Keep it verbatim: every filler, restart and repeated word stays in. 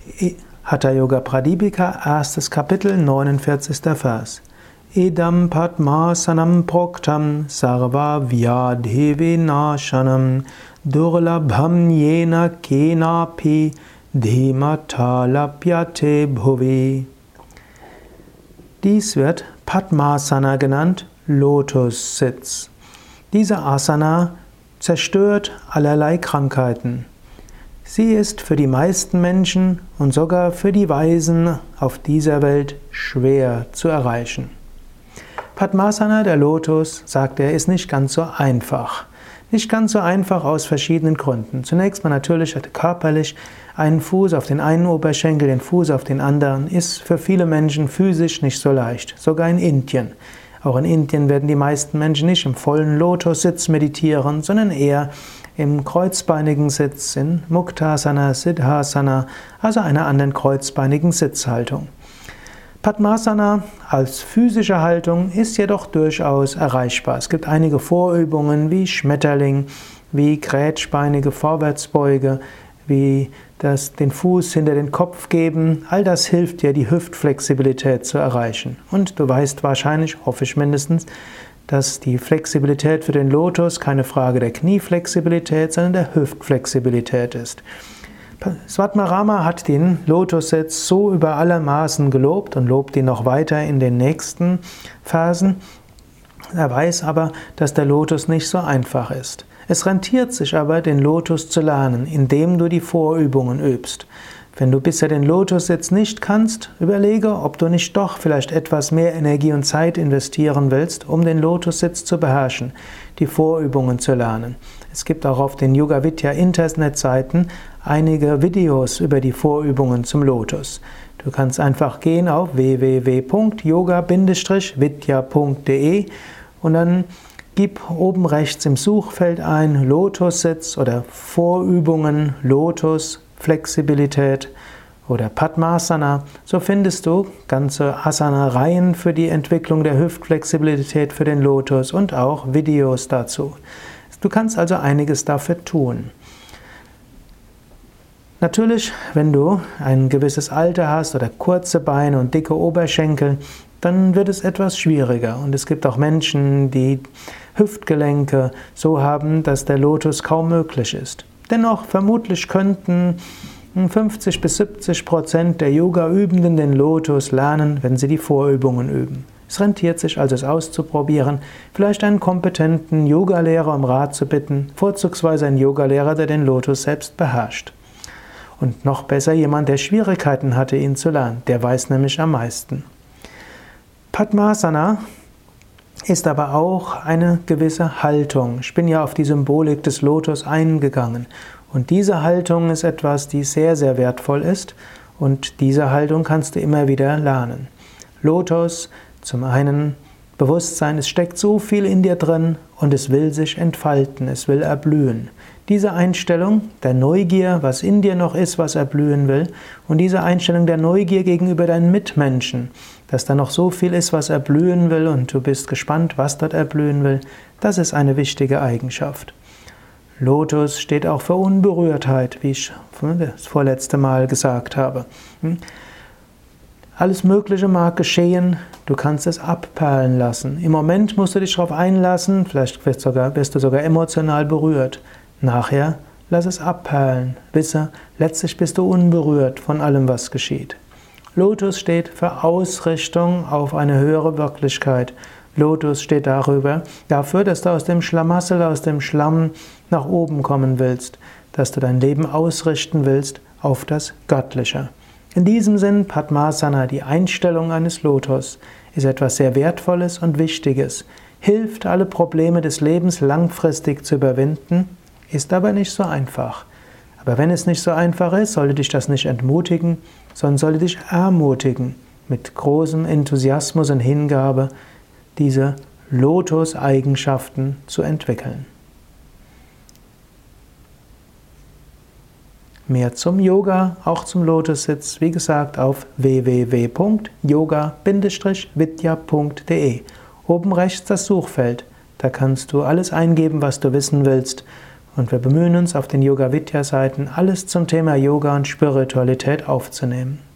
Hatha Yoga Pradipika, erstes Kapitel, neunundvierzigster Vers. Idam Padmasanam Proktam Sarva Vyadhi Nashanam Durlabham Yena Kenapi Dhimata Lapyate Bhuvi. Dies wird Padmasana genannt, Lotussitz. Diese Asana zerstört allerlei Krankheiten. Sie ist für die meisten Menschen und sogar für die Weisen auf dieser Welt schwer zu erreichen. Padmasana, der Lotus, sagt er, ist nicht ganz so einfach. Nicht ganz so einfach aus verschiedenen Gründen. Zunächst mal natürlich körperlich, einen Fuß auf den einen Oberschenkel, den Fuß auf den anderen, ist für viele Menschen physisch nicht so leicht. Sogar in Indien. Auch in Indien werden die meisten Menschen nicht im vollen Lotussitz meditieren, sondern eher im kreuzbeinigen Sitz, in Muktasana, Siddhasana, also einer anderen kreuzbeinigen Sitzhaltung. Padmasana als physische Haltung ist jedoch durchaus erreichbar. Es gibt einige Vorübungen wie Schmetterling, wie grätschbeinige Vorwärtsbeuge, wie das den Fuß hinter den Kopf geben. All das hilft dir, die Hüftflexibilität zu erreichen. Und du weißt wahrscheinlich, hoffe ich mindestens, dass die Flexibilität für den Lotus keine Frage der Knieflexibilität, sondern der Hüftflexibilität ist. Svatmarama hat den Lotussitz so über alle Maßen gelobt und lobt ihn noch weiter in den nächsten Versen. Er weiß aber, dass der Lotus nicht so einfach ist. Es rentiert sich aber, den Lotus zu lernen, indem du die Vorübungen übst. Wenn du bisher den Lotussitz nicht kannst, überlege, ob du nicht doch vielleicht etwas mehr Energie und Zeit investieren willst, um den Lotussitz zu beherrschen, die Vorübungen zu lernen. Es gibt auch auf den Yoga Vidya Internetseiten einige Videos über die Vorübungen zum Lotus. Du kannst einfach gehen auf w w w punkt yoga Bindestrich vidya punkt de und dann gib oben rechts im Suchfeld ein Lotussitz oder Vorübungen Lotus, Flexibilität oder Padmasana. So findest du ganze Asana-Reihen für die Entwicklung der Hüftflexibilität für den Lotus und auch Videos dazu. Du kannst also einiges dafür tun. Natürlich, wenn du ein gewisses Alter hast oder kurze Beine und dicke Oberschenkel, dann wird es etwas schwieriger. Und es gibt auch Menschen, die Hüftgelenke so haben, dass der Lotus kaum möglich ist. Dennoch, vermutlich könnten fünfzig bis siebzig Prozent der Yoga-Übenden den Lotus lernen, wenn sie die Vorübungen üben. Es rentiert sich also, es auszuprobieren, vielleicht einen kompetenten Yogalehrer um Rat zu bitten, vorzugsweise einen Yogalehrer, der den Lotus selbst beherrscht. Und noch besser jemand, der Schwierigkeiten hatte, ihn zu lernen, der weiß nämlich am meisten. Padmasana ist aber auch eine gewisse Haltung. Ich bin ja auf die Symbolik des Lotus eingegangen. Und diese Haltung ist etwas, die sehr, sehr wertvoll ist. Und diese Haltung kannst du immer wieder lernen. Lotus, zum einen Bewusstsein, es steckt so viel in dir drin und es will sich entfalten, es will erblühen. Diese Einstellung der Neugier, was in dir noch ist, was erblühen will, und diese Einstellung der Neugier gegenüber deinen Mitmenschen, dass da noch so viel ist, was erblühen will und du bist gespannt, was dort erblühen will, das ist eine wichtige Eigenschaft. Lotus steht auch für Unberührtheit, wie ich das vorletzte Mal gesagt habe. Alles Mögliche mag geschehen, du kannst es abperlen lassen. Im Moment musst du dich darauf einlassen, vielleicht wirst, sogar, wirst du sogar emotional berührt. Nachher lass es abperlen. Wisse, letztlich bist du unberührt von allem, was geschieht. Lotus steht für Ausrichtung auf eine höhere Wirklichkeit. Lotus steht darüber, dafür, dass du aus dem Schlamassel, aus dem Schlamm nach oben kommen willst, dass du dein Leben ausrichten willst auf das Göttliche. In diesem Sinn, Padmasana, die Einstellung eines Lotus, ist etwas sehr Wertvolles und Wichtiges, hilft, alle Probleme des Lebens langfristig zu überwinden, ist aber nicht so einfach. Aber wenn es nicht so einfach ist, sollte dich das nicht entmutigen, sondern sollte dich ermutigen, mit großem Enthusiasmus und Hingabe diese Lotus-Eigenschaften zu entwickeln. Mehr zum Yoga, auch zum Lotussitz, wie gesagt, auf w w w punkt yoga Bindestrich vidya punkt de. Oben rechts das Suchfeld. Da kannst du alles eingeben, was du wissen willst. Und wir bemühen uns, auf den Yoga Vidya Seiten alles zum Thema Yoga und Spiritualität aufzunehmen.